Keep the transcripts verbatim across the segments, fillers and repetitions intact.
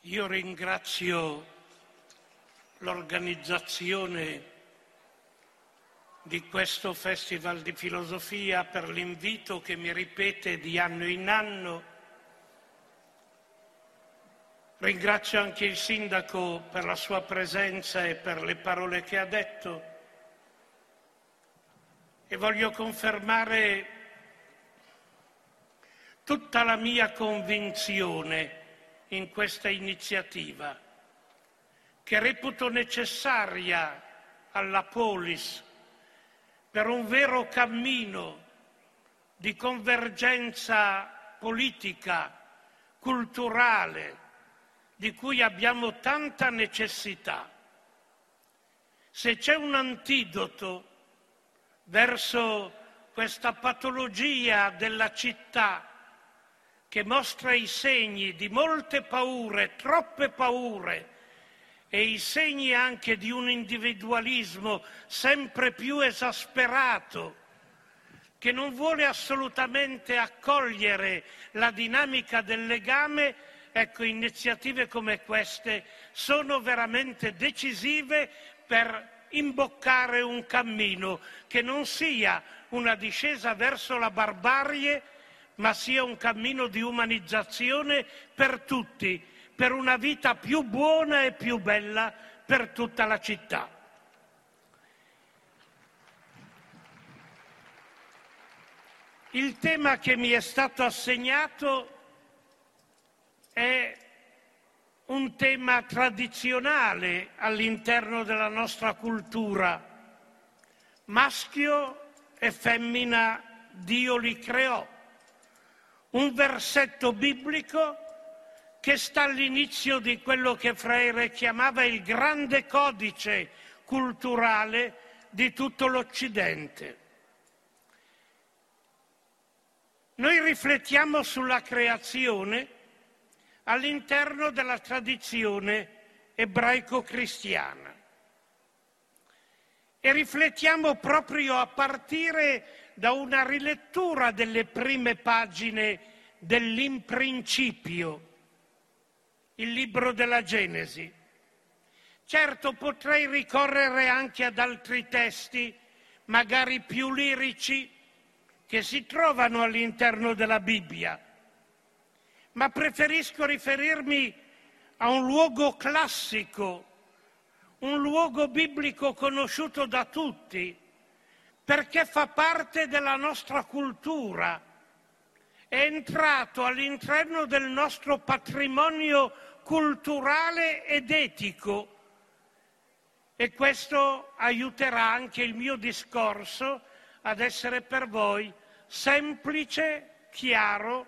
Io ringrazio l'organizzazione di questo Festival di Filosofia per l'invito che mi ripete di anno in anno. Ringrazio anche il Sindaco per la sua presenza e per le parole che ha detto e voglio confermare tutta la mia convinzione in questa iniziativa, che reputo necessaria alla polis per un vero cammino di convergenza politica, culturale, di cui abbiamo tanta necessità. Se c'è un antidoto verso questa patologia della città che mostra i segni di molte paure, troppe paure, e i segni anche di un individualismo sempre più esasperato, che non vuole assolutamente accogliere la dinamica del legame, ecco, iniziative come queste sono veramente decisive per imboccare un cammino che non sia una discesa verso la barbarie, ma sia un cammino di umanizzazione per tutti, per una vita più buona e più bella per tutta la città. Il tema che mi è stato assegnato è un tema tradizionale all'interno della nostra cultura. Maschio e femmina Dio li creò. Un versetto biblico che sta all'inizio di quello che Freire chiamava il grande codice culturale di tutto l'Occidente. Noi riflettiamo sulla creazione all'interno della tradizione ebraico-cristiana e riflettiamo proprio a partire da una rilettura delle prime pagine dell'In Principio, il libro della Genesi. Certo, potrei ricorrere anche ad altri testi, magari più lirici, che si trovano all'interno della Bibbia, ma preferisco riferirmi a un luogo classico, un luogo biblico conosciuto da tutti, perché fa parte della nostra cultura, è entrato all'interno del nostro patrimonio culturale ed etico e questo aiuterà anche il mio discorso ad essere per voi semplice, chiaro.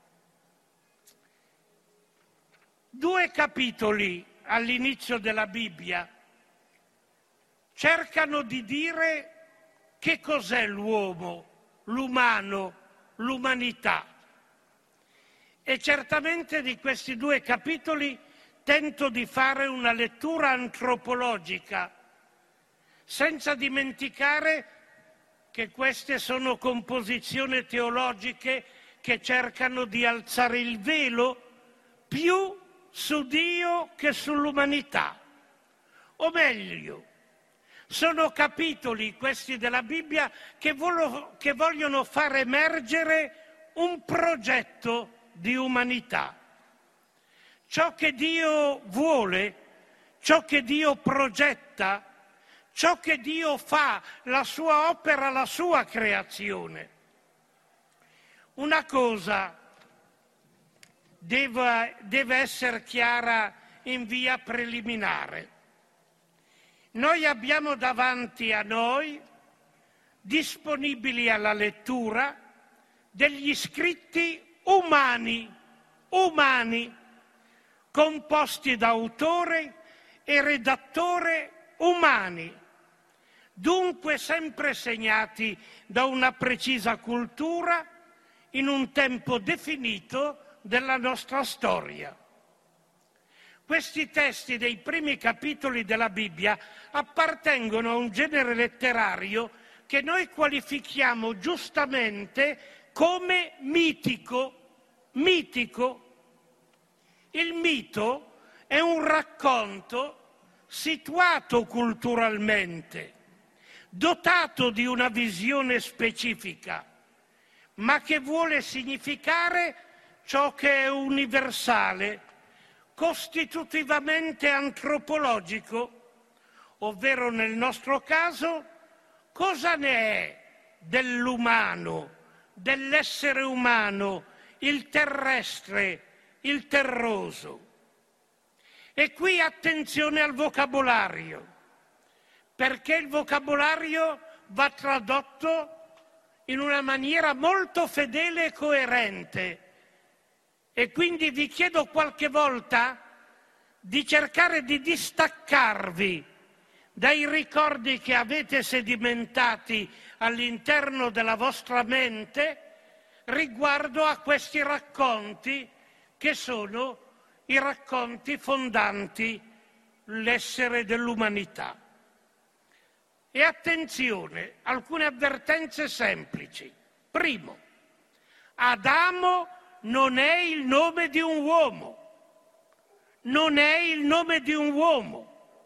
Due capitoli all'inizio della Bibbia cercano di dire che cos'è l'uomo, l'umano, l'umanità. E certamente di questi due capitoli tento di fare una lettura antropologica, senza dimenticare che queste sono composizioni teologiche che cercano di alzare il velo più su Dio che sull'umanità. O meglio, sono capitoli questi della Bibbia che, volo, che vogliono far emergere un progetto di umanità. Ciò che Dio vuole, ciò che Dio progetta, ciò che Dio fa, la sua opera, la sua creazione. Una cosa deve, deve essere chiara in via preliminare. Noi abbiamo davanti a noi, disponibili alla lettura, degli scritti umani, umani, composti da autore e redattore umani, dunque sempre segnati da una precisa cultura in un tempo definito della nostra storia. Questi testi dei primi capitoli della Bibbia appartengono a un genere letterario che noi qualifichiamo giustamente come mitico. Mitico. Il mito è un racconto situato culturalmente, dotato di una visione specifica, ma che vuole significare ciò che è universale, costitutivamente antropologico, ovvero nel nostro caso, cosa ne è dell'umano, dell'essere umano, il terrestre, il terroso. E qui attenzione al vocabolario, perché il vocabolario va tradotto in una maniera molto fedele e coerente. E quindi vi chiedo qualche volta di cercare di distaccarvi dai ricordi che avete sedimentati all'interno della vostra mente riguardo a questi racconti che sono i racconti fondanti l'essere dell'umanità. E attenzione, alcune avvertenze semplici. Primo, Adamo non è il nome di un uomo, non è il nome di un uomo.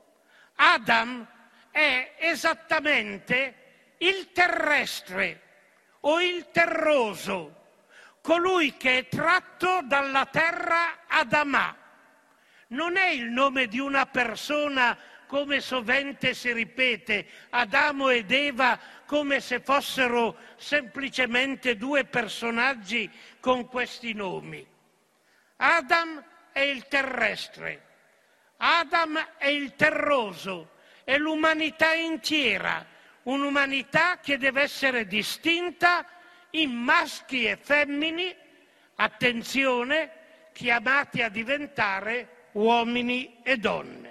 Adam è esattamente il terrestre o il terroso, colui che è tratto dalla terra Adamà. Non è il nome di una persona, come sovente si ripete, Adamo ed Eva, come se fossero semplicemente due personaggi con questi nomi. Adam è il terrestre, Adam è il terroso, è l'umanità intera, un'umanità che deve essere distinta in maschi e femmini, attenzione, chiamati a diventare uomini e donne.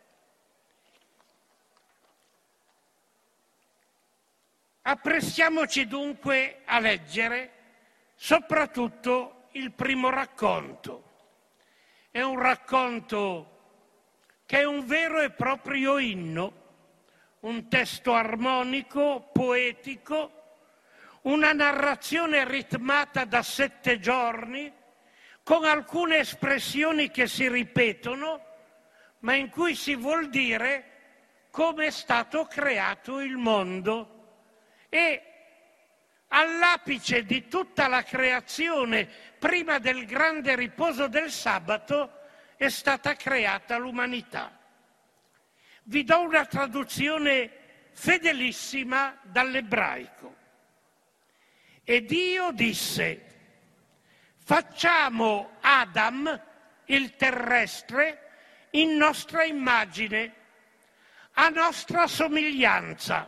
Apprestiamoci dunque a leggere soprattutto il primo racconto. È un racconto che è un vero e proprio inno, un testo armonico, poetico, una narrazione ritmata da sette giorni, con alcune espressioni che si ripetono, ma in cui si vuol dire come è stato creato il mondo. E all'apice di tutta la creazione, prima del grande riposo del sabato, è stata creata l'umanità. Vi do una traduzione fedelissima dall'ebraico. E Dio disse: facciamo Adam, il terrestre, in nostra immagine, a nostra somiglianza.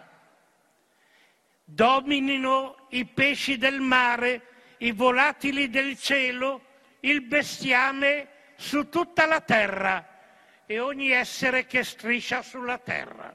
Dominino i pesci del mare, i volatili del cielo, il bestiame su tutta la terra e ogni essere che striscia sulla terra.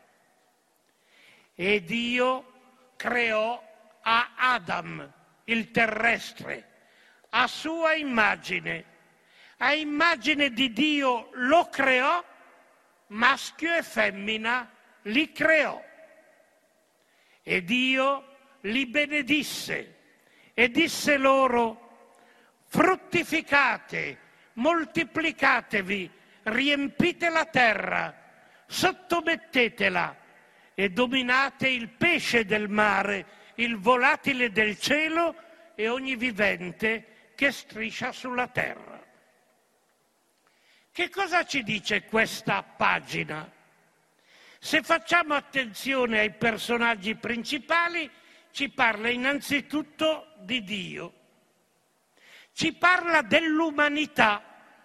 E Dio creò a Adam, il terrestre, a sua immagine. A immagine di Dio lo creò, maschio e femmina li creò. E Dio li benedisse e disse loro: fruttificate, moltiplicatevi, riempite la terra, sottomettetela e dominate il pesce del mare, il volatile del cielo e ogni vivente che striscia sulla terra. Che cosa ci dice questa pagina? Se facciamo attenzione ai personaggi principali, ci parla innanzitutto di Dio. Ci parla dell'umanità,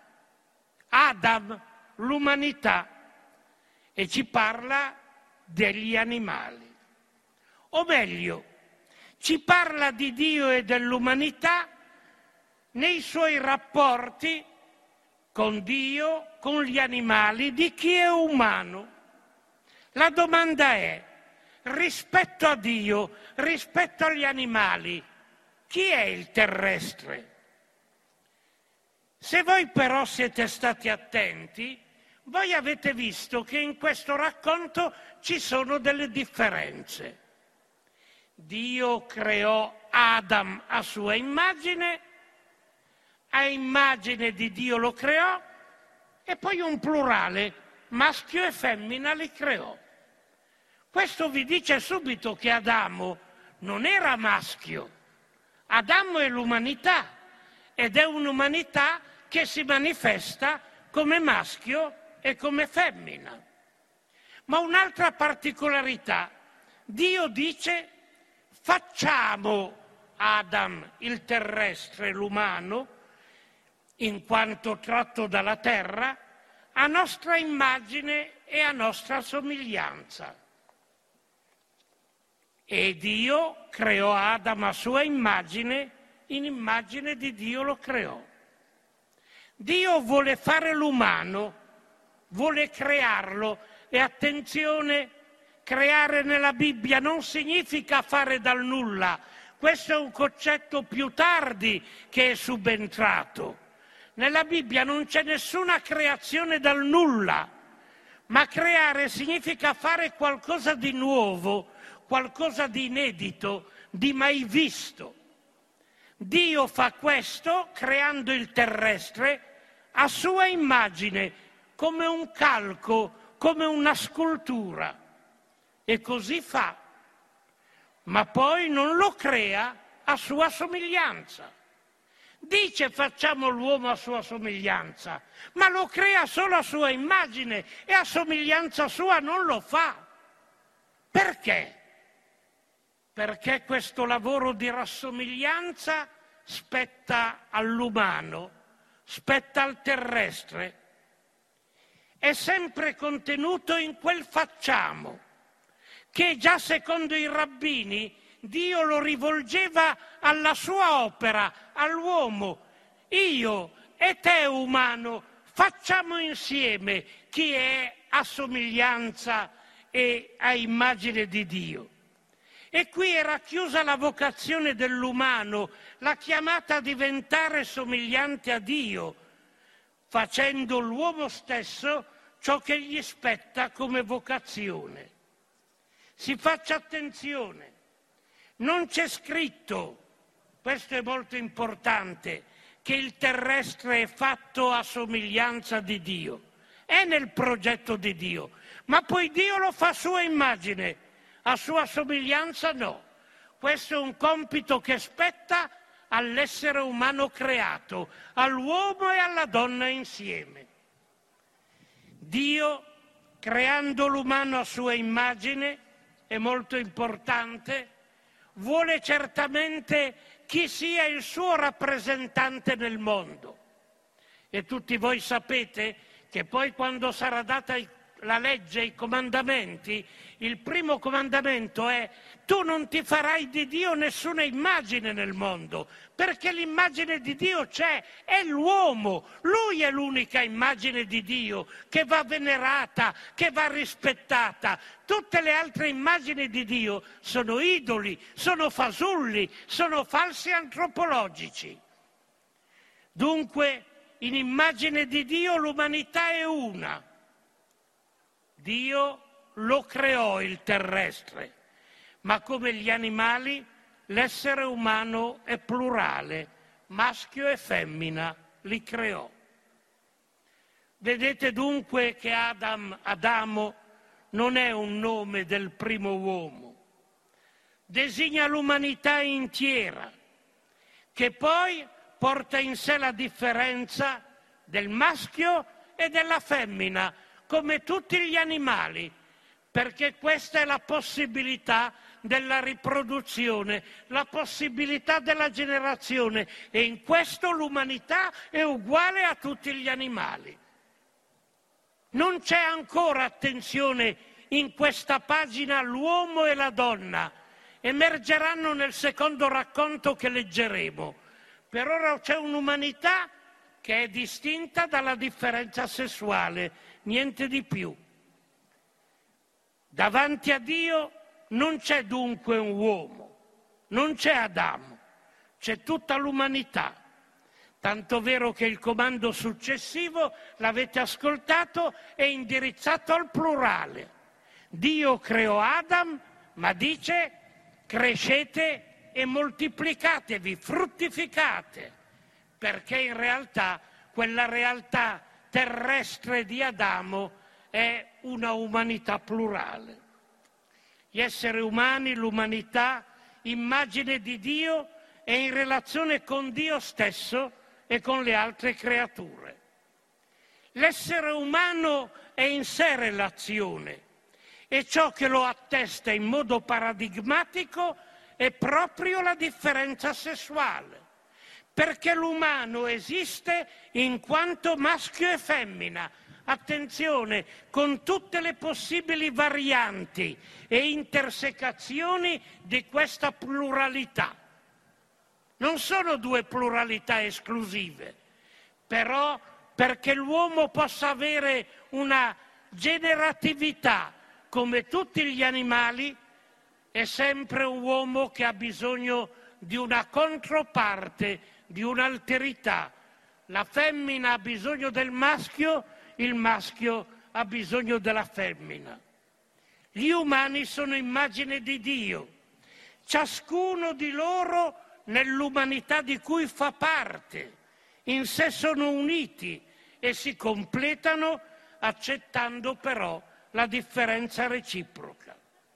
Adam, l'umanità, e ci parla degli animali. O meglio, ci parla di Dio e dell'umanità nei suoi rapporti con Dio, con gli animali, di chi è umano. La domanda è, rispetto a Dio, rispetto agli animali, chi è il terrestre? Se voi però siete stati attenti, voi avete visto che in questo racconto ci sono delle differenze. Dio creò Adam a sua immagine, a immagine di Dio lo creò, e poi un plurale, maschio e femmina li creò. Questo vi dice subito che Adamo non era maschio. Adamo è l'umanità ed è un'umanità che si manifesta come maschio e come femmina. Ma un'altra particolarità, Dio dice facciamo Adam, il terrestre, l'umano, in quanto tratto dalla terra, a nostra immagine e a nostra somiglianza. E Dio creò Adam a sua immagine, in immagine di Dio lo creò. Dio vuole fare l'umano, vuole crearlo, e attenzione, creare nella Bibbia non significa fare dal nulla. Questo è un concetto più tardi che è subentrato. Nella Bibbia non c'è nessuna creazione dal nulla, ma creare significa fare qualcosa di nuovo, qualcosa di inedito, di mai visto. Dio fa questo creando il terrestre a sua immagine, come un calco, come una scultura. E così fa. Ma poi non lo crea a sua somiglianza. Dice facciamo l'uomo a sua somiglianza, ma lo crea solo a sua immagine e a somiglianza sua non lo fa. Perché? Perché questo lavoro di rassomiglianza spetta all'umano, spetta al terrestre. È sempre contenuto in quel facciamo, che già secondo i rabbini Dio lo rivolgeva alla sua opera, all'uomo. Io e te umano facciamo insieme chi è a somiglianza e a immagine di Dio. E qui era chiusa la vocazione dell'umano, la chiamata a diventare somigliante a Dio, facendo l'uomo stesso ciò che gli spetta come vocazione. Si faccia attenzione, non c'è scritto, questo è molto importante, che il terrestre è fatto a somiglianza di Dio. È nel progetto di Dio, ma poi Dio lo fa a sua immagine, a sua somiglianza no. Questo è un compito che spetta all'essere umano creato, all'uomo e alla donna insieme. Dio, creando l'umano a sua immagine, è molto importante, vuole certamente chi sia il suo rappresentante nel mondo. E tutti voi sapete che poi quando sarà data la legge, i comandamenti, il primo comandamento è: tu non ti farai di Dio nessuna immagine nel mondo, perché l'immagine di Dio c'è, è l'uomo, lui è l'unica immagine di Dio che va venerata, che va rispettata. Tutte le altre immagini di Dio sono idoli, sono fasulli, sono falsi antropologici. Dunque, in immagine di Dio l'umanità è una. Dio lo creò il terrestre, ma come gli animali l'essere umano è plurale, maschio e femmina li creò. Vedete dunque che Adam, Adamo non è un nome del primo uomo, designa l'umanità intera, che poi porta in sé la differenza del maschio e della femmina, come tutti gli animali, perché questa è la possibilità della riproduzione, la possibilità della generazione, e in questo l'umanità è uguale a tutti gli animali. Non c'è ancora, attenzione, in questa pagina l'uomo e la donna, emergeranno nel secondo racconto che leggeremo. Per ora c'è un'umanità che è distinta dalla differenza sessuale, niente di più. Davanti a Dio non c'è dunque un uomo, non c'è Adamo, c'è tutta l'umanità. Tanto vero che il comando successivo, l'avete ascoltato, è indirizzato al plurale. Dio creò Adam, ma dice: crescete e moltiplicatevi, fruttificate, perché in realtà quella realtà terrestre di Adamo è una umanità plurale. Gli esseri umani, l'umanità, immagine di Dio, è in relazione con Dio stesso e con le altre creature. L'essere umano è in sé relazione e ciò che lo attesta in modo paradigmatico è proprio la differenza sessuale, perché l'umano esiste in quanto maschio e femmina. Attenzione, con tutte le possibili varianti e intersecazioni di questa pluralità. Non sono due pluralità esclusive, però perché l'uomo possa avere una generatività come tutti gli animali, è sempre un uomo che ha bisogno di una controparte, di un'alterità. La femmina ha bisogno del maschio, il maschio ha bisogno della femmina. Gli umani sono immagine di Dio, ciascuno di loro nell'umanità di cui fa parte. In sé sono uniti e si completano accettando però la differenza reciproca.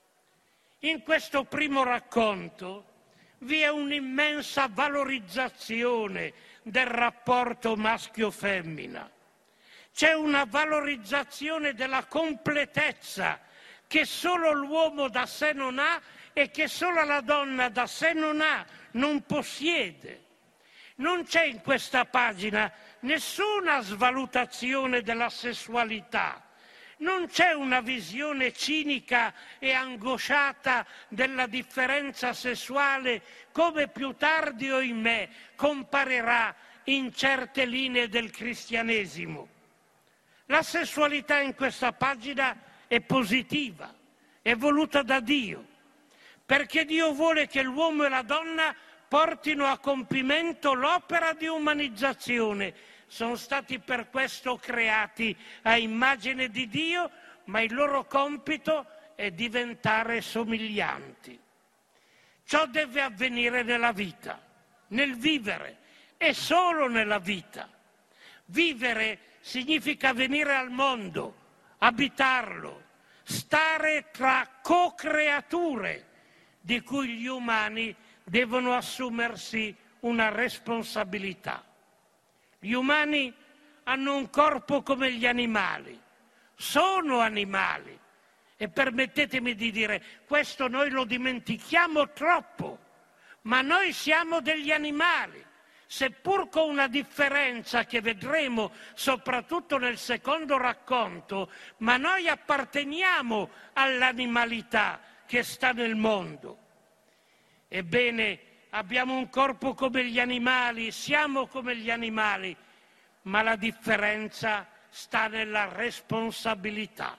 In questo primo racconto vi è un'immensa valorizzazione del rapporto maschio-femmina. C'è una valorizzazione della completezza che solo l'uomo da sé non ha e che solo la donna da sé non ha, non possiede. Non c'è in questa pagina nessuna svalutazione della sessualità, non c'è una visione cinica e angosciata della differenza sessuale come più tardi, ohimè, comparirà in certe linee del cristianesimo. La sessualità in questa pagina è positiva, è voluta da Dio, perché Dio vuole che l'uomo e la donna portino a compimento l'opera di umanizzazione. Sono stati per questo creati a immagine di Dio, ma il loro compito è diventare somiglianti. Ciò deve avvenire nella vita, nel vivere e solo nella vita. Vivere significa venire al mondo, abitarlo, stare tra co-creature di cui gli umani devono assumersi una responsabilità. Gli umani hanno un corpo come gli animali, sono animali e permettetemi di dire, questo noi lo dimentichiamo troppo, ma noi siamo degli animali, seppur con una differenza che vedremo soprattutto nel secondo racconto, ma noi apparteniamo all'animalità che sta nel mondo. Ebbene, abbiamo un corpo come gli animali, siamo come gli animali, ma la differenza sta nella responsabilità.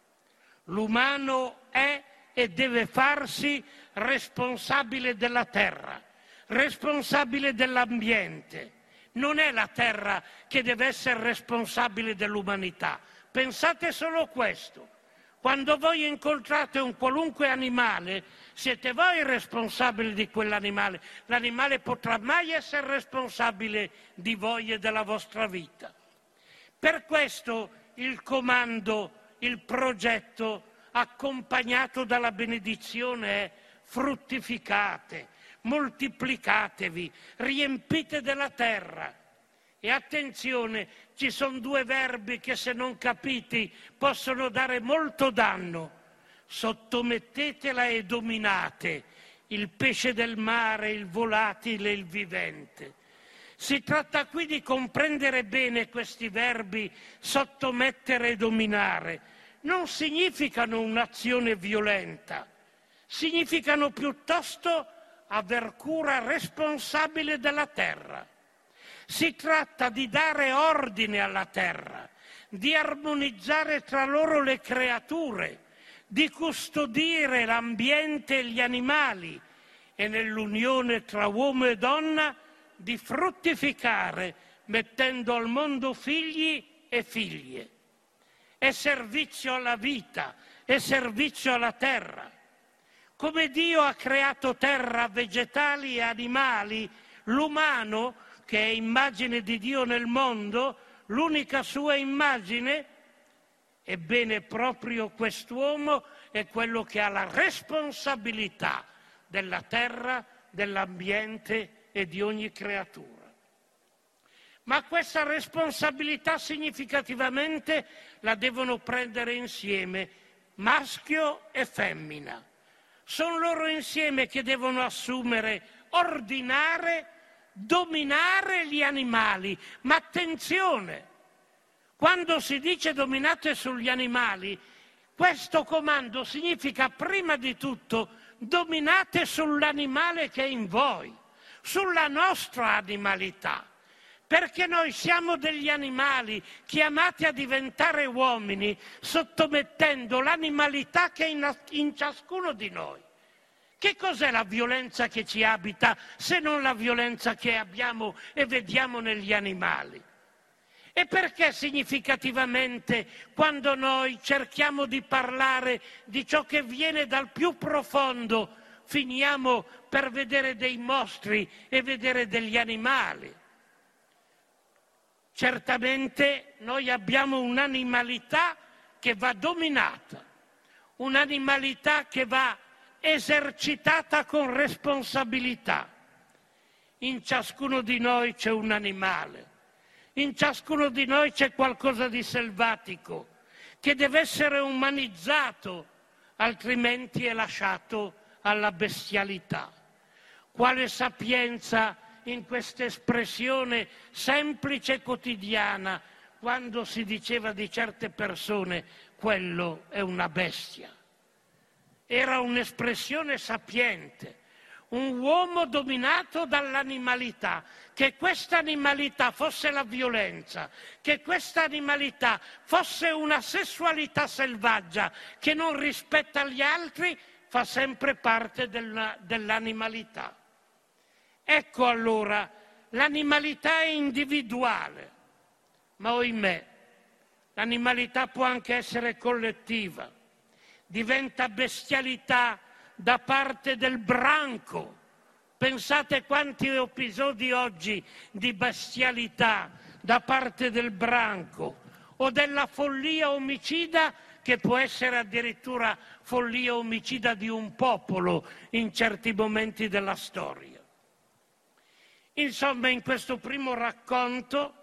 L'umano è e deve farsi responsabile della terra, responsabile dell'ambiente. Non è la terra che deve essere responsabile dell'umanità. Pensate solo questo. Quando voi incontrate un qualunque animale, siete voi responsabili di quell'animale. L'animale potrà mai essere responsabile di voi e della vostra vita. Per questo il comando, il progetto, accompagnato dalla benedizione è fruttificate, moltiplicatevi, riempite della terra. E attenzione, ci sono due verbi che se non capiti possono dare molto danno. Sottomettetela e dominate il pesce del mare, il volatile e il vivente. Si tratta qui di comprendere bene questi verbi sottomettere e dominare. Non significano un'azione violenta, significano piuttosto aver cura responsabile della terra. Si tratta di dare ordine alla terra, di armonizzare tra loro le creature, di custodire l'ambiente e gli animali e nell'unione tra uomo e donna di fruttificare mettendo al mondo figli e figlie. È servizio alla vita, è servizio alla terra. Come Dio ha creato terra, vegetali e animali, l'umano, che è immagine di Dio nel mondo, l'unica sua immagine? Ebbene, proprio quest'uomo è quello che ha la responsabilità della terra, dell'ambiente e di ogni creatura. Ma questa responsabilità significativamente la devono prendere insieme maschio e femmina. Sono loro insieme che devono assumere, ordinare, dominare gli animali. Ma attenzione, quando si dice dominate sugli animali, questo comando significa prima di tutto dominate sull'animale che è in voi, sulla nostra animalità. Perché noi siamo degli animali chiamati a diventare uomini, sottomettendo l'animalità che è in, in ciascuno di noi. Che cos'è la violenza che ci abita se non la violenza che abbiamo e vediamo negli animali? E perché significativamente quando noi cerchiamo di parlare di ciò che viene dal più profondo, finiamo per vedere dei mostri e vedere degli animali? Certamente noi abbiamo un'animalità che va dominata, un'animalità che va esercitata con responsabilità. In ciascuno di noi c'è un animale, in ciascuno di noi c'è qualcosa di selvatico che deve essere umanizzato, altrimenti è lasciato alla bestialità. Quale sapienza in questa espressione semplice e quotidiana, quando si diceva di certe persone quello è una bestia. Era un'espressione sapiente, un uomo dominato dall'animalità. Che questa animalità fosse la violenza, che questa animalità fosse una sessualità selvaggia che non rispetta gli altri, fa sempre parte della, dell'animalità. Ecco allora, l'animalità è individuale, ma ohimè, l'animalità può anche essere collettiva, diventa bestialità da parte del branco. Pensate quanti episodi oggi di bestialità da parte del branco o della follia omicida, che può essere addirittura follia omicida di un popolo in certi momenti della storia. Insomma, in questo primo racconto,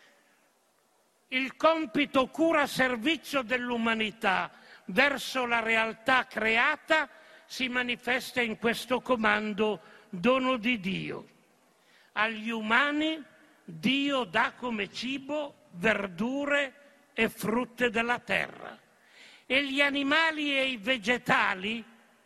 il compito cura-servizio dell'umanità verso la realtà creata si manifesta in questo comando dono di Dio. Agli umani Dio dà come cibo verdure e frutte della terra. E gli animali e i vegetali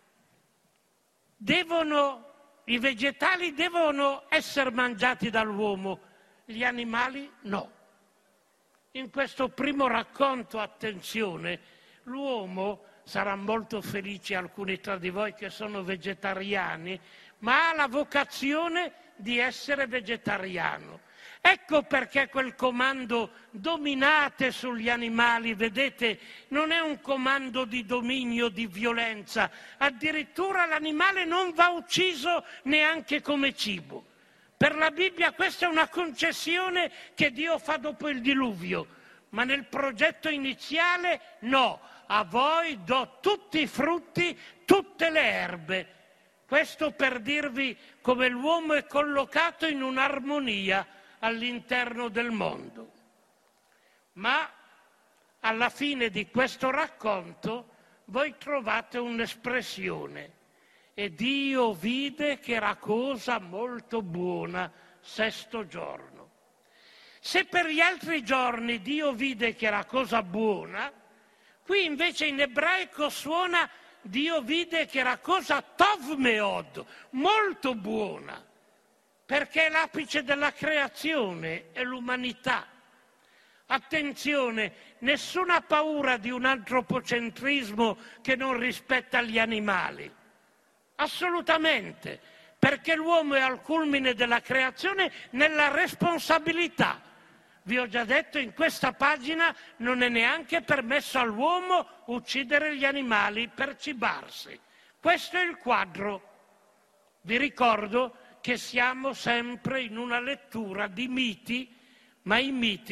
devono I vegetali devono essere mangiati dall'uomo, gli animali no. In questo primo racconto, attenzione, l'uomo, sarà molto felice alcuni tra di voi che sono vegetariani, ma ha la vocazione di essere vegetariano. Ecco perché quel comando dominate sugli animali, vedete, non è un comando di dominio, di violenza. Addirittura l'animale non va ucciso neanche come cibo. Per la Bibbia questa è una concessione che Dio fa dopo il diluvio, ma nel progetto iniziale no. A voi do tutti i frutti, tutte le erbe. Questo per dirvi come l'uomo è collocato in un'armonia all'interno del mondo. Ma alla fine di questo racconto voi trovate un'espressione: e Dio vide che era cosa molto buona, sesto giorno. Se per gli altri giorni Dio vide che era cosa buona, qui invece in ebraico suona Dio vide che era cosa tov meod, molto buona. Perché l'apice della creazione è l'umanità. Attenzione, nessuna paura di un antropocentrismo che non rispetta gli animali. Assolutamente, perché l'uomo è al culmine della creazione nella responsabilità. Vi ho già detto, in questa pagina non è neanche permesso all'uomo uccidere gli animali per cibarsi. Questo è il quadro. Vi ricordo che siamo sempre in una lettura di miti, ma i miti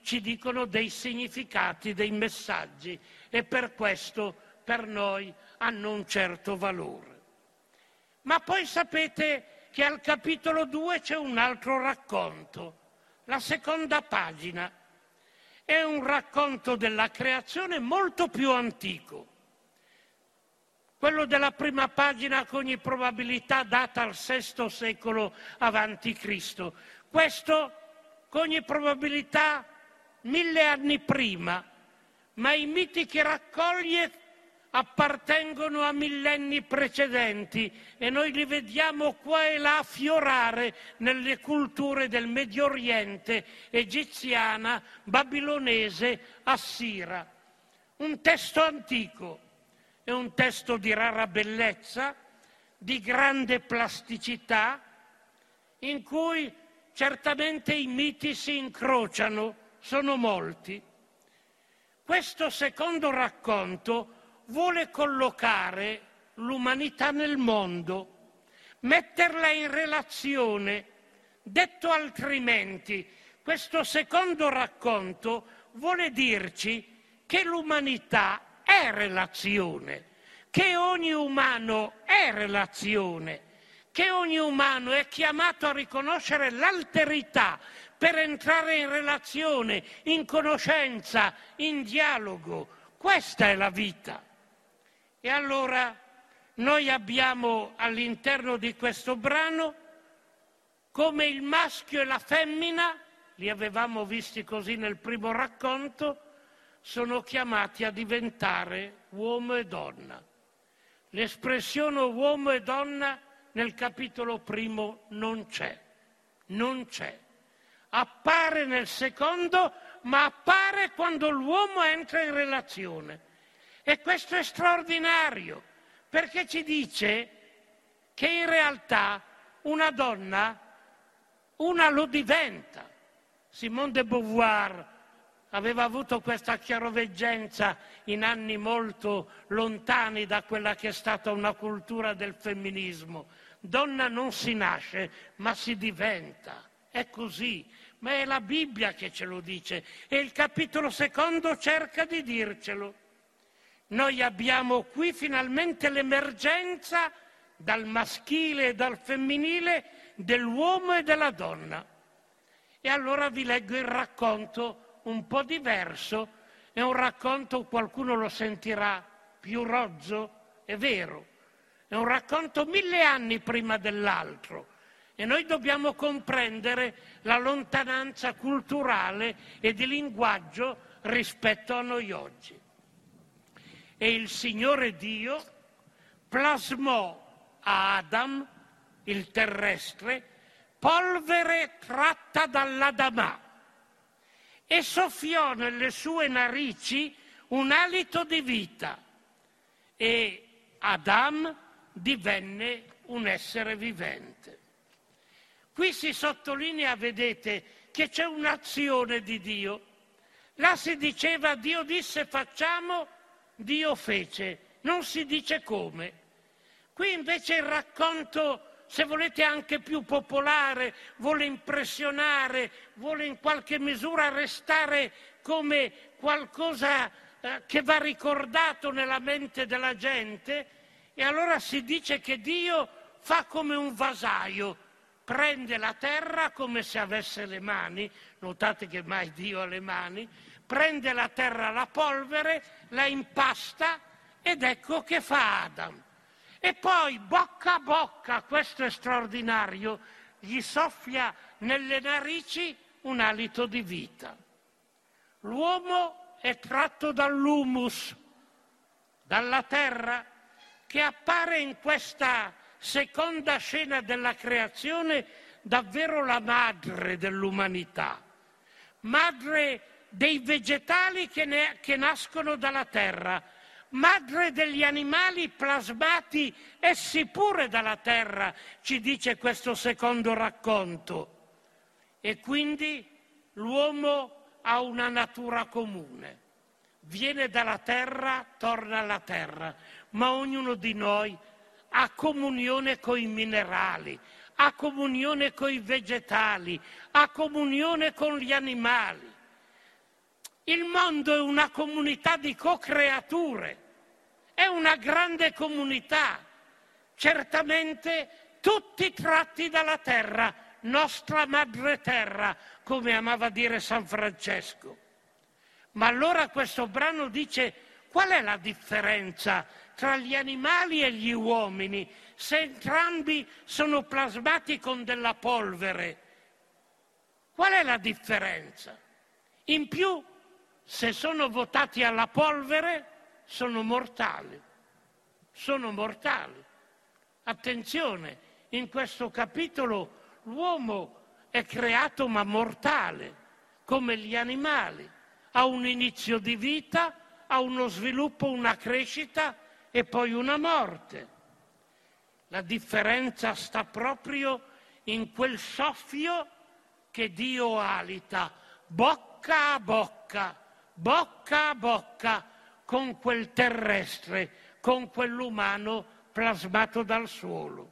ci dicono dei significati, dei messaggi, e per questo per noi hanno un certo valore. Ma poi sapete che al capitolo due c'è un altro racconto, la seconda pagina. È un racconto della creazione molto più antico. Quello della prima pagina con ogni probabilità data al sesto secolo avanti Cristo. Questo con ogni probabilità mille anni prima, ma i miti che raccoglie appartengono a millenni precedenti e noi li vediamo qua e là affiorare nelle culture del Medio Oriente, egiziana, babilonese, assira. Un testo antico, è un testo di rara bellezza, di grande plasticità, in cui certamente i miti si incrociano, sono molti. Questo secondo racconto vuole collocare l'umanità nel mondo, metterla in relazione. Detto altrimenti, questo secondo racconto vuole dirci che l'umanità è relazione, che ogni umano è relazione, che ogni umano è chiamato a riconoscere l'alterità per entrare in relazione, in conoscenza, in dialogo. Questa è la vita. E allora noi abbiamo all'interno di questo brano come il maschio e la femmina, li avevamo visti così nel primo racconto, sono chiamati a diventare uomo e donna. L'espressione uomo e donna nel capitolo primo non c'è, non c'è. Appare nel secondo, ma appare quando l'uomo entra in relazione. E questo è straordinario, perché ci dice che in realtà una donna, una lo diventa. Simone de Beauvoir aveva avuto questa chiaroveggenza in anni molto lontani da quella che è stata una cultura del femminismo. Donna non si nasce, ma si diventa. È così, ma è la Bibbia che ce lo dice e il capitolo secondo cerca di dircelo. Noi abbiamo qui finalmente l'emergenza dal maschile e dal femminile, dell'uomo e della donna. E allora vi leggo il racconto un po' diverso, è un racconto, qualcuno lo sentirà, più rozzo, è vero, è un racconto mille anni prima dell'altro e noi dobbiamo comprendere la lontananza culturale e di linguaggio rispetto a noi oggi. E il Signore Dio plasmò a Adam, il terrestre, polvere tratta dall'Adamà e soffiò nelle sue narici un alito di vita e Adam divenne un essere vivente. Qui si sottolinea, vedete, che c'è un'azione di Dio. Là si diceva Dio disse facciamo, Dio fece, non si dice come. Qui invece il racconto, se volete anche più popolare, vuole impressionare, vuole in qualche misura restare come qualcosa eh, che va ricordato nella mente della gente, e allora si dice che Dio fa come un vasaio, prende la terra come se avesse le mani, notate che mai Dio ha le mani, prende la terra, la polvere, la impasta ed ecco che fa Adam. E poi bocca a bocca, questo è straordinario, gli soffia nelle narici un alito di vita. L'uomo è tratto dall'humus, dalla terra, che appare in questa seconda scena della creazione davvero la madre dell'umanità, madre dei vegetali che, ne, che nascono dalla terra, madre degli animali plasmati essi pure dalla terra, ci dice questo secondo racconto. E quindi l'uomo ha una natura comune, viene dalla terra, torna alla terra, ma ognuno di noi ha comunione con i minerali, ha comunione con i vegetali, ha comunione con gli animali. Il mondo è una comunità di co-creature, è una grande comunità, certamente tutti tratti dalla terra, nostra madre terra, come amava dire San Francesco. Ma allora questo brano dice: qual è la differenza tra gli animali e gli uomini se entrambi sono plasmati con della polvere? Qual è la differenza? In più, se sono votati alla polvere, sono mortali. Sono mortali. Attenzione, in questo capitolo l'uomo è creato ma mortale, come gli animali. Ha un inizio di vita, ha uno sviluppo, una crescita e poi una morte. La differenza sta proprio in quel soffio che Dio alita, bocca a bocca, bocca a bocca, con quel terrestre, con quell'umano plasmato dal suolo.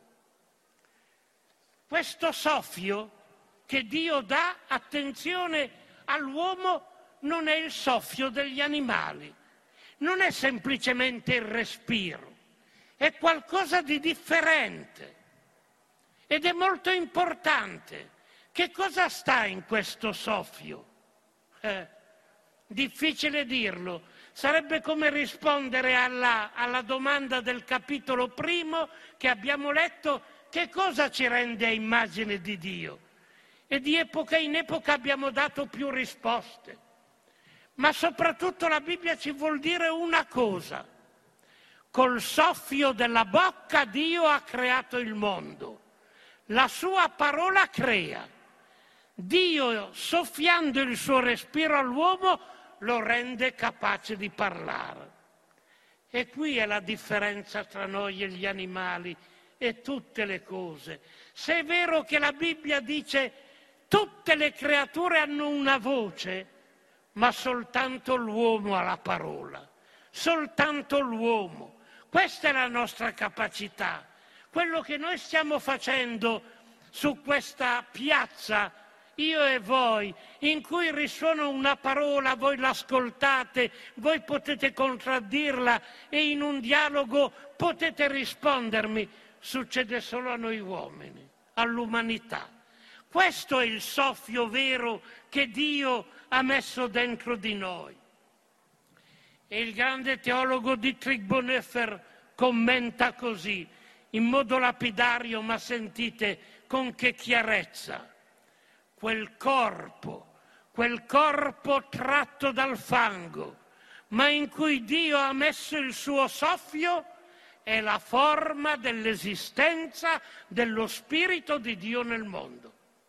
Questo soffio che Dio dà, attenzione, all'uomo non è il soffio degli animali, non è semplicemente il respiro, è qualcosa di differente ed è molto importante. Che cosa sta in questo soffio? Eh, difficile dirlo. Sarebbe come rispondere alla, alla domanda del capitolo primo che abbiamo letto: che cosa ci rende a immagine di Dio? E di epoca in epoca abbiamo dato più risposte. Ma soprattutto la Bibbia ci vuol dire una cosa: col soffio della bocca Dio ha creato il mondo, la sua parola crea. Dio, soffiando il suo respiro all'uomo, lo rende capace di parlare. E qui è la differenza tra noi e gli animali e tutte le cose. Se è vero che la Bibbia dice tutte le creature hanno una voce, ma soltanto l'uomo ha la parola, soltanto l'uomo. Questa è la nostra capacità. Quello che noi stiamo facendo su questa piazza, io e voi, in cui risuona una parola, voi l'ascoltate, voi potete contraddirla e in un dialogo potete rispondermi, succede solo a noi uomini, all'umanità. Questo è il soffio vero che Dio ha messo dentro di noi. E il grande teologo Dietrich Bonhoeffer commenta così, in modo lapidario, ma sentite con che chiarezza: quel corpo, quel corpo tratto dal fango, ma in cui Dio ha messo il suo soffio, è la forma dell'esistenza dello Spirito di Dio nel mondo.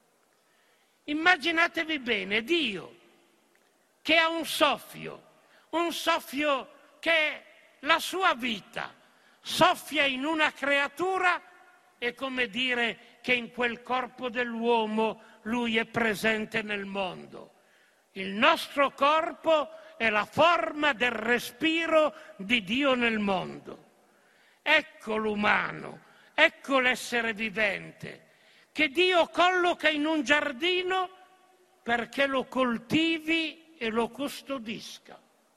Immaginatevi bene, Dio che ha un soffio, un soffio che è la sua vita, soffia in una creatura, è come dire che in quel corpo dell'uomo lui è presente nel mondo. Il nostro corpo è la forma del respiro di Dio nel mondo. Ecco l'umano, ecco l'essere vivente, che Dio colloca in un giardino perché lo coltivi e lo custodisca.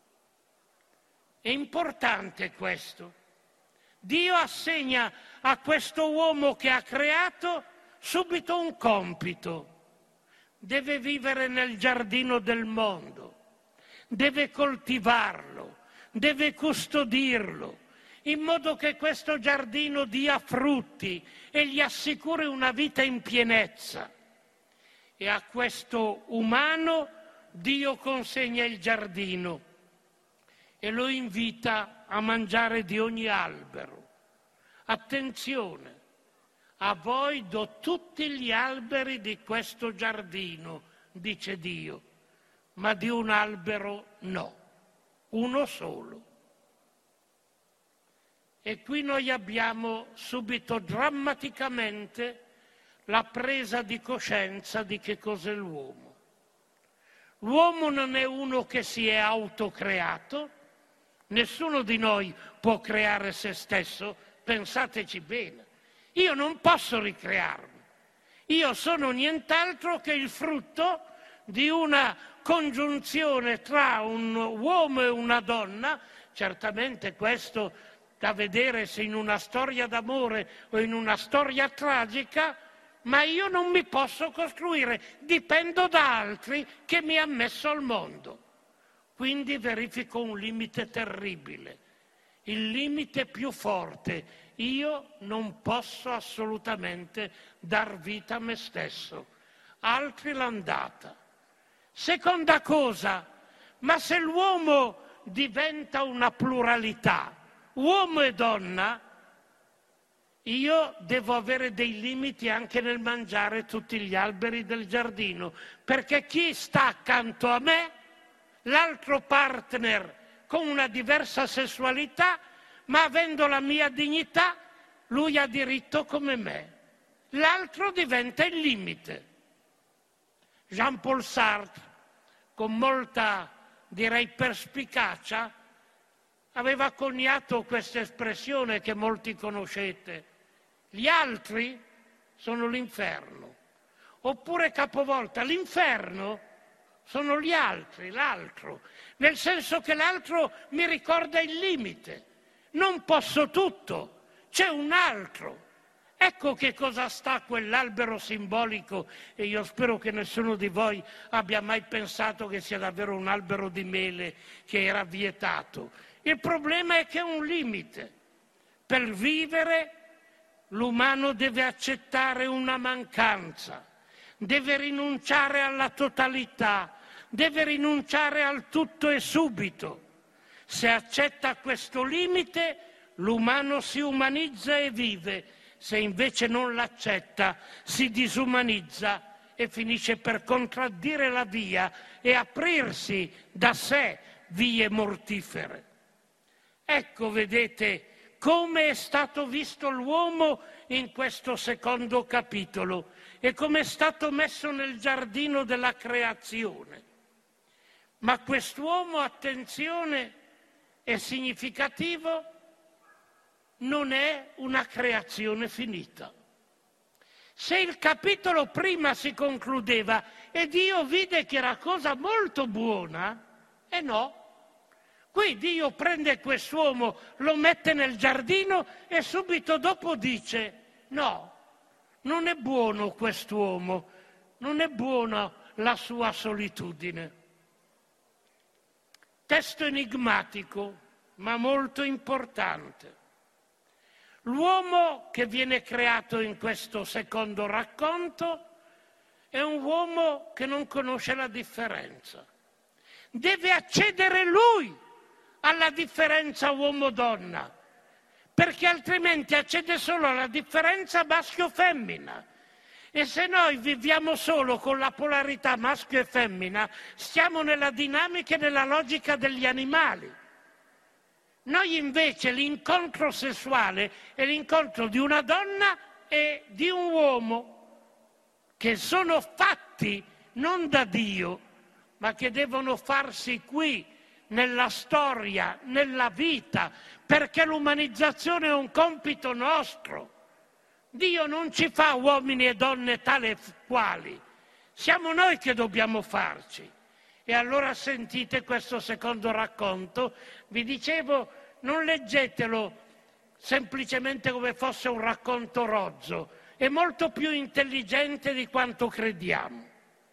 È importante questo. Dio assegna a questo uomo che ha creato subito un compito. Deve vivere nel giardino del mondo, deve coltivarlo, deve custodirlo, in modo che questo giardino dia frutti e gli assicuri una vita in pienezza. E a questo umano Dio consegna il giardino e lo invita a mangiare di ogni albero. Attenzione, a voi do tutti gli alberi di questo giardino, dice Dio, ma di un albero no, uno solo. E qui noi abbiamo subito drammaticamente la presa di coscienza di che cos'è l'uomo. L'uomo non è uno che si è autocreato, nessuno di noi può creare se stesso, pensateci bene. Io non posso ricrearmi, io sono nient'altro che il frutto di una congiunzione tra un uomo e una donna, certamente questo da vedere se in una storia d'amore o in una storia tragica, ma io non mi posso costruire, dipendo da altri che mi ha messo al mondo. Quindi verifico un limite terribile, il limite più forte. Io non posso assolutamente dar vita a me stesso, altri l'hanno data. Seconda cosa, ma se l'uomo diventa una pluralità, uomo e donna, io devo avere dei limiti anche nel mangiare tutti gli alberi del giardino, perché chi sta accanto a me, l'altro partner con una diversa sessualità, ma avendo la mia dignità, lui ha diritto come me. L'altro diventa il limite. Jean-Paul Sartre, con molta, direi, perspicacia, aveva coniato questa espressione che molti conoscete. Gli altri sono l'inferno. Oppure capovolta, l'inferno sono gli altri, l'altro. Nel senso che l'altro mi ricorda il limite. Non posso tutto, c'è un altro. Ecco che cosa sta quell'albero simbolico, e io spero che nessuno di voi abbia mai pensato che sia davvero un albero di mele che era vietato. Il problema è che è un limite. Per vivere l'umano deve accettare una mancanza, deve rinunciare alla totalità, deve rinunciare al tutto e subito. Se accetta questo limite, l'umano si umanizza e vive. Se invece non l'accetta, si disumanizza e finisce per contraddire la via e aprirsi da sé vie mortifere. Ecco, vedete, come è stato visto l'uomo in questo secondo capitolo e come è stato messo nel giardino della creazione. Ma quest'uomo, attenzione, è significativo, non è una creazione finita. Se il capitolo prima si concludeva e Dio vide che era cosa molto buona, e no. Qui Dio prende quest'uomo, lo mette nel giardino e subito dopo dice: no, non è buono quest'uomo, non è buona la sua solitudine. Testo enigmatico, ma molto importante. L'uomo che viene creato in questo secondo racconto è un uomo che non conosce la differenza. Deve accedere lui alla differenza uomo-donna, perché altrimenti accede solo alla differenza maschio-femmina. E se noi viviamo solo con la polarità maschio e femmina, stiamo nella dinamica e nella logica degli animali. Noi invece l'incontro sessuale è l'incontro di una donna e di un uomo che sono fatti non da Dio, ma che devono farsi qui, nella storia, nella vita, perché l'umanizzazione è un compito nostro. Dio non ci fa uomini e donne tale e quali, siamo noi che dobbiamo farci. E allora sentite questo secondo racconto, vi dicevo, non leggetelo semplicemente come fosse un racconto rozzo, è molto più intelligente di quanto crediamo.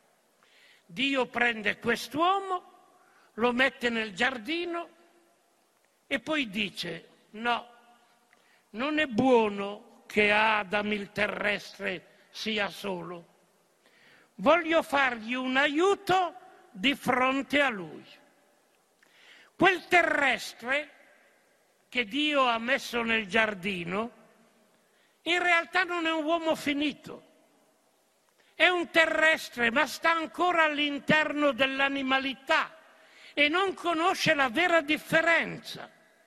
Dio prende quest'uomo, lo mette nel giardino e poi dice: no, non è buono che Adam il terrestre sia solo, voglio fargli un aiuto di fronte a lui. Quel terrestre che Dio ha messo nel giardino in realtà non è un uomo finito, è un terrestre ma sta ancora all'interno dell'animalità e non conosce la vera differenza.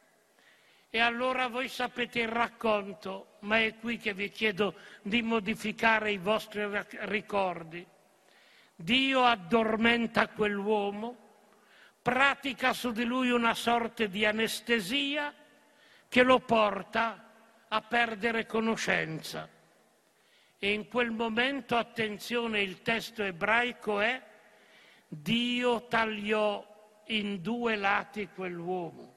E allora voi sapete il racconto, ma è qui che vi chiedo di modificare i vostri ricordi. Dio addormenta quell'uomo, pratica su di lui una sorta di anestesia che lo porta a perdere conoscenza. E in quel momento, attenzione, il testo ebraico è: Dio tagliò in due lati quell'uomo.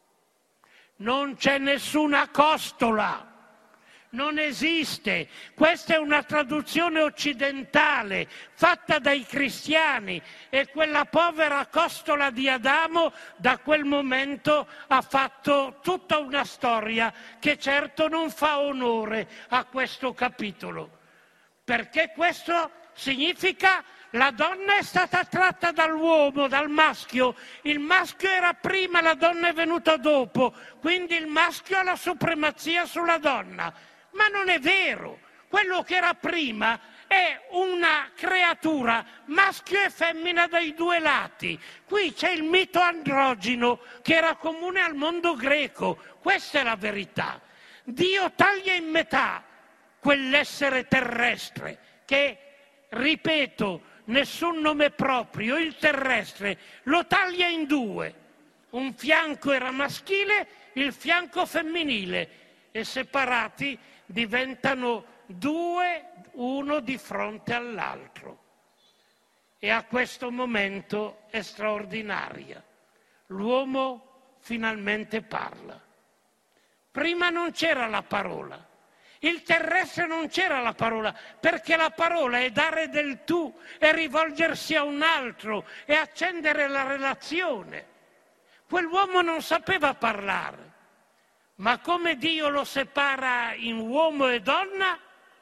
Non c'è nessuna costola. Non esiste. Questa è una traduzione occidentale fatta dai cristiani e quella povera costola di Adamo da quel momento ha fatto tutta una storia che certo non fa onore a questo capitolo, perché questo significa la donna è stata tratta dall'uomo, dal maschio. Il maschio era prima, la donna è venuta dopo, quindi il maschio ha la supremazia sulla donna. Ma non è vero, quello che era prima è una creatura maschio e femmina dai due lati. Qui c'è il mito androgino che era comune al mondo greco, questa è la verità. Dio taglia in metà quell'essere terrestre che, ripeto, nessun nome proprio, il terrestre, lo taglia in due. Un fianco era maschile, il fianco femminile, e separati diventano due, uno di fronte all'altro. E a questo momento è straordinaria. L'uomo finalmente parla. Prima non c'era la parola. Il terrestre non c'era la parola, perché la parola è dare del tu, è rivolgersi a un altro, è accendere la relazione. Quell'uomo non sapeva parlare. Ma come Dio lo separa in uomo e donna,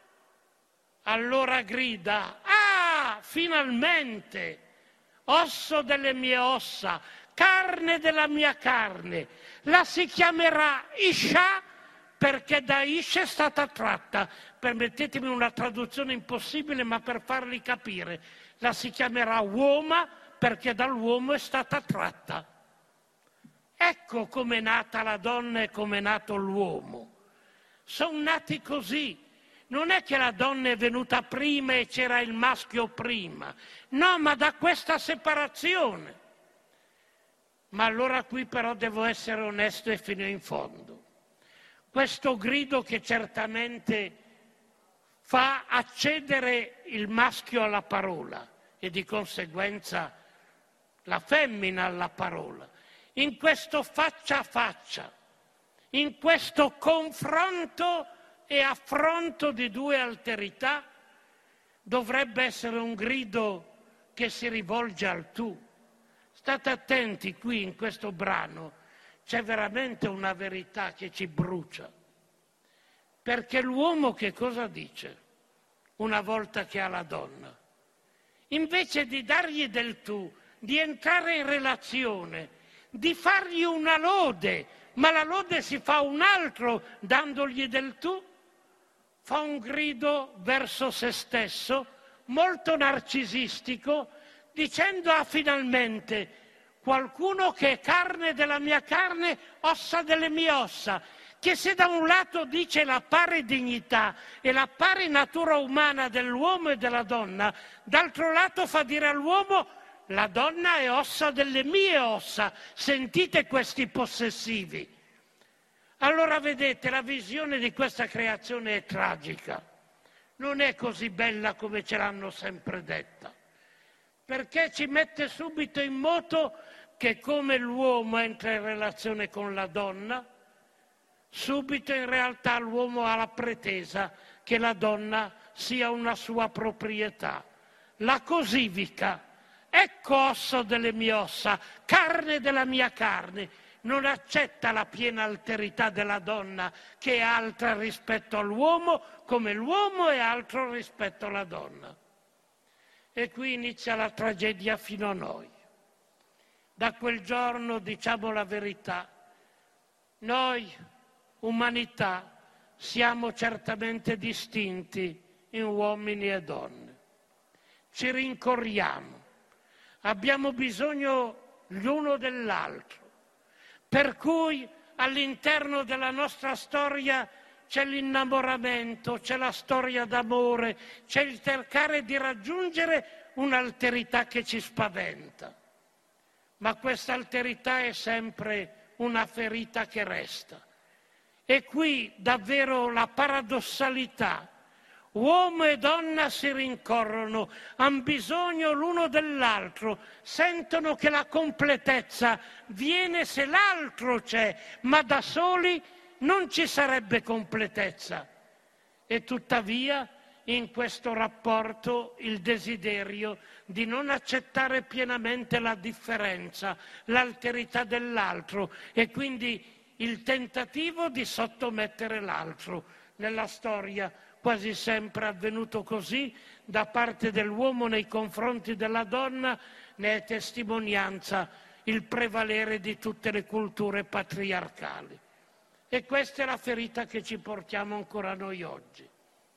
allora grida: ah, finalmente, osso delle mie ossa, carne della mia carne. La si chiamerà Isha perché da Isha è stata tratta. Permettetemi una traduzione impossibile, ma per farli capire. La si chiamerà uomo perché dall'uomo è stata tratta. Ecco com'è nata la donna e com'è nato l'uomo. Sono nati così. Non è che la donna è venuta prima e c'era il maschio prima. No, ma da questa separazione. Ma allora qui però devo essere onesto e fino in fondo. Questo grido che certamente fa accedere il maschio alla parola e di conseguenza la femmina alla parola. In questo faccia a faccia, in questo confronto e affronto di due alterità, dovrebbe essere un grido che si rivolge al tu. State attenti, qui in questo brano c'è veramente una verità che ci brucia. Perché l'uomo che cosa dice una volta che ha la donna? Invece di dargli del tu, di entrare in relazione, di fargli una lode, ma la lode si fa un altro dandogli del tu, fa un grido verso se stesso, molto narcisistico, dicendo: ah, finalmente, qualcuno che è carne della mia carne, ossa delle mie ossa, che se da un lato dice la pari dignità e la pari natura umana dell'uomo e della donna, d'altro lato fa dire all'uomo: la donna è ossa delle mie ossa, sentite questi possessivi. Allora vedete, la visione di questa creazione è tragica, non è così bella come ce l'hanno sempre detta, perché ci mette subito in moto che come l'uomo entra in relazione con la donna, subito in realtà l'uomo ha la pretesa che la donna sia una sua proprietà, la cosifica. Ecco osso delle mie ossa, carne della mia carne. Non accetta la piena alterità della donna, che è altra rispetto all'uomo, come l'uomo è altro rispetto alla donna. E qui inizia la tragedia fino a noi. Da quel giorno, diciamo la verità, noi, umanità, siamo certamente distinti in uomini e donne. Ci rincorriamo. Abbiamo bisogno l'uno dell'altro, per cui all'interno della nostra storia c'è l'innamoramento, c'è la storia d'amore, c'è il cercare di raggiungere un'alterità che ci spaventa. Ma questa alterità è sempre una ferita che resta. E qui davvero la paradossalità. Uomo e donna si rincorrono, hanno bisogno l'uno dell'altro, sentono che la completezza viene se l'altro c'è, ma da soli non ci sarebbe completezza. E tuttavia in questo rapporto il desiderio di non accettare pienamente la differenza, l'alterità dell'altro e quindi il tentativo di sottomettere l'altro. Nella storia quasi sempre è avvenuto così da parte dell'uomo nei confronti della donna, ne è testimonianza il prevalere di tutte le culture patriarcali. E questa è la ferita che ci portiamo ancora noi oggi.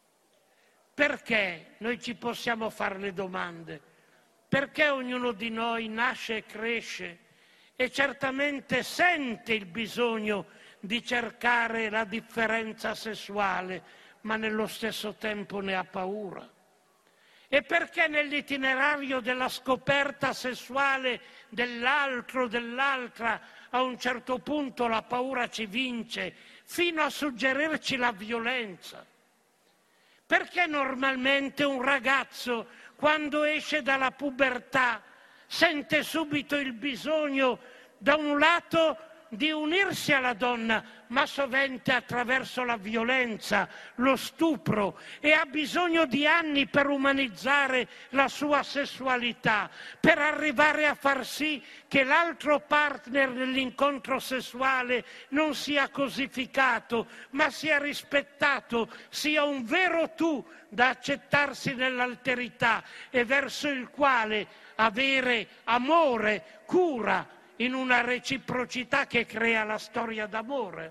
Perché noi ci possiamo fare le domande? Perché ognuno di noi nasce e cresce e certamente sente il bisogno di cercare la differenza sessuale, ma nello stesso tempo ne ha paura? E perché nell'itinerario della scoperta sessuale dell'altro, dell'altra, a un certo punto la paura ci vince, fino a suggerirci la violenza? Perché normalmente un ragazzo, quando esce dalla pubertà, sente subito il bisogno, da un lato, di unirsi alla donna, ma sovente attraverso la violenza, lo stupro, e ha bisogno di anni per umanizzare la sua sessualità, per arrivare a far sì che l'altro partner nell'incontro sessuale non sia cosificato, ma sia rispettato, sia un vero tu da accettarsi nell'alterità e verso il quale avere amore, cura, in una reciprocità che crea la storia d'amore.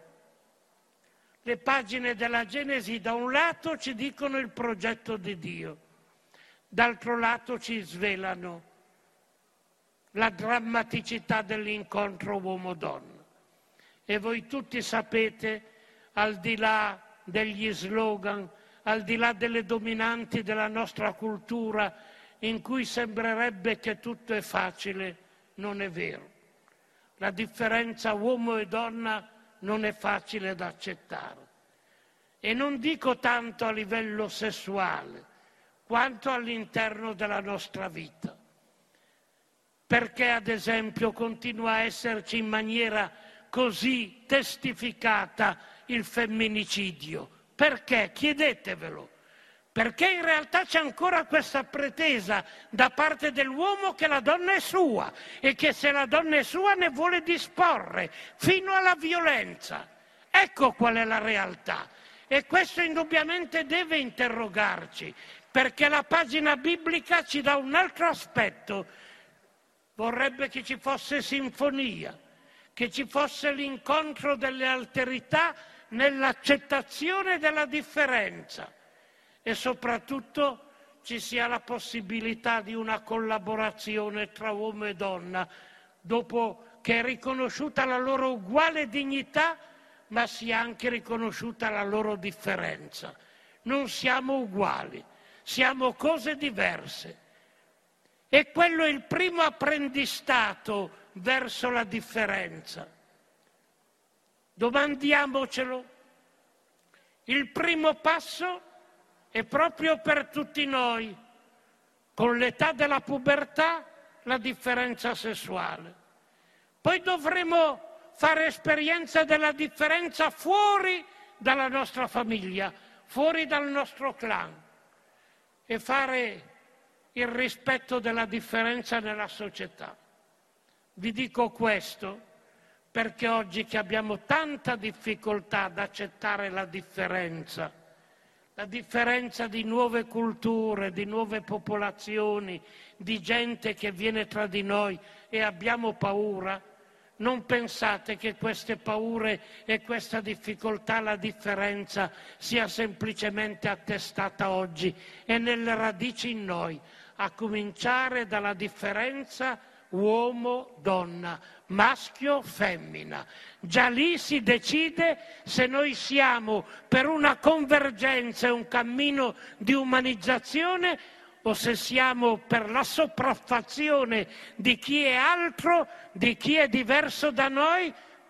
Le pagine della Genesi da un lato ci dicono il progetto di Dio, d'altro lato ci svelano la drammaticità dell'incontro uomo-donna. E voi tutti sapete, al di là degli slogan, al di là delle dominanti della nostra cultura, in cui sembrerebbe che tutto è facile, non è vero. La differenza uomo e donna non è facile da accettare. E non dico tanto a livello sessuale, quanto all'interno della nostra vita. Perché, ad esempio, continua a esserci in maniera così testificata il femminicidio? Perché? Chiedetevelo. Perché in realtà c'è ancora questa pretesa da parte dell'uomo che la donna è sua e che se la donna è sua ne vuole disporre fino alla violenza. Ecco qual è la realtà. E questo indubbiamente deve interrogarci, perché la pagina biblica ci dà un altro aspetto. Vorrebbe che ci fosse sinfonia, che ci fosse l'incontro delle alterità nell'accettazione della differenza. E soprattutto ci sia la possibilità di una collaborazione tra uomo e donna, dopo che è riconosciuta la loro uguale dignità, ma sia anche riconosciuta la loro differenza. Non siamo uguali, siamo cose diverse. E quello è il primo apprendistato verso la differenza. Domandiamocelo. Il primo passo è proprio per tutti noi, con l'età della pubertà, la differenza sessuale. Poi dovremo fare esperienza della differenza fuori dalla nostra famiglia, fuori dal nostro clan, e fare il rispetto della differenza nella società. Vi dico questo perché oggi che abbiamo tanta difficoltà ad accettare la differenza, la differenza di nuove culture, di nuove popolazioni, di gente che viene tra di noi e abbiamo paura, non pensate che queste paure e questa difficoltà, la differenza, sia semplicemente attestata oggi, è nelle radici in noi, a cominciare dalla differenza uomo-donna, maschio-femmina. Già lì si decide se noi siamo per una convergenza e un cammino di umanizzazione o se siamo per la sopraffazione di chi è altro, di chi è diverso da noi,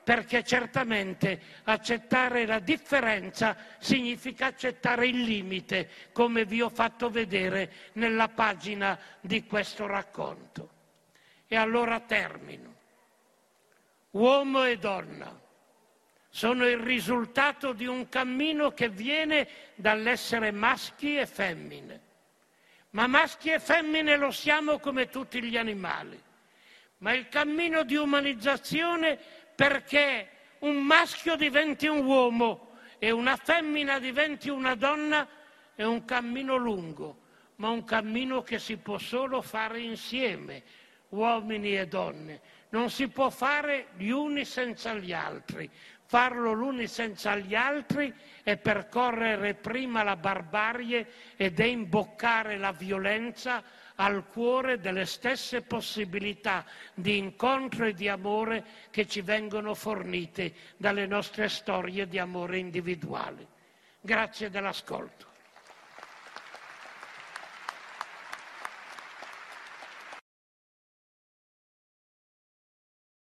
perché certamente accettare la differenza significa accettare il limite, come vi ho fatto vedere nella pagina di questo racconto. E allora termino. Uomo e donna sono il risultato di un cammino che viene dall'essere maschi e femmine. Ma maschi e femmine lo siamo come tutti gli animali. Ma il cammino di umanizzazione perché un maschio diventi un uomo e una femmina diventi una donna è un cammino lungo, ma un cammino che si può solo fare insieme, uomini e donne. Non si può fare gli uni senza gli altri. Farlo l'uni senza gli altri è percorrere prima la barbarie ed è imboccare la violenza al cuore delle stesse possibilità di incontro e di amore che ci vengono fornite dalle nostre storie di amore individuali. Grazie dell'ascolto.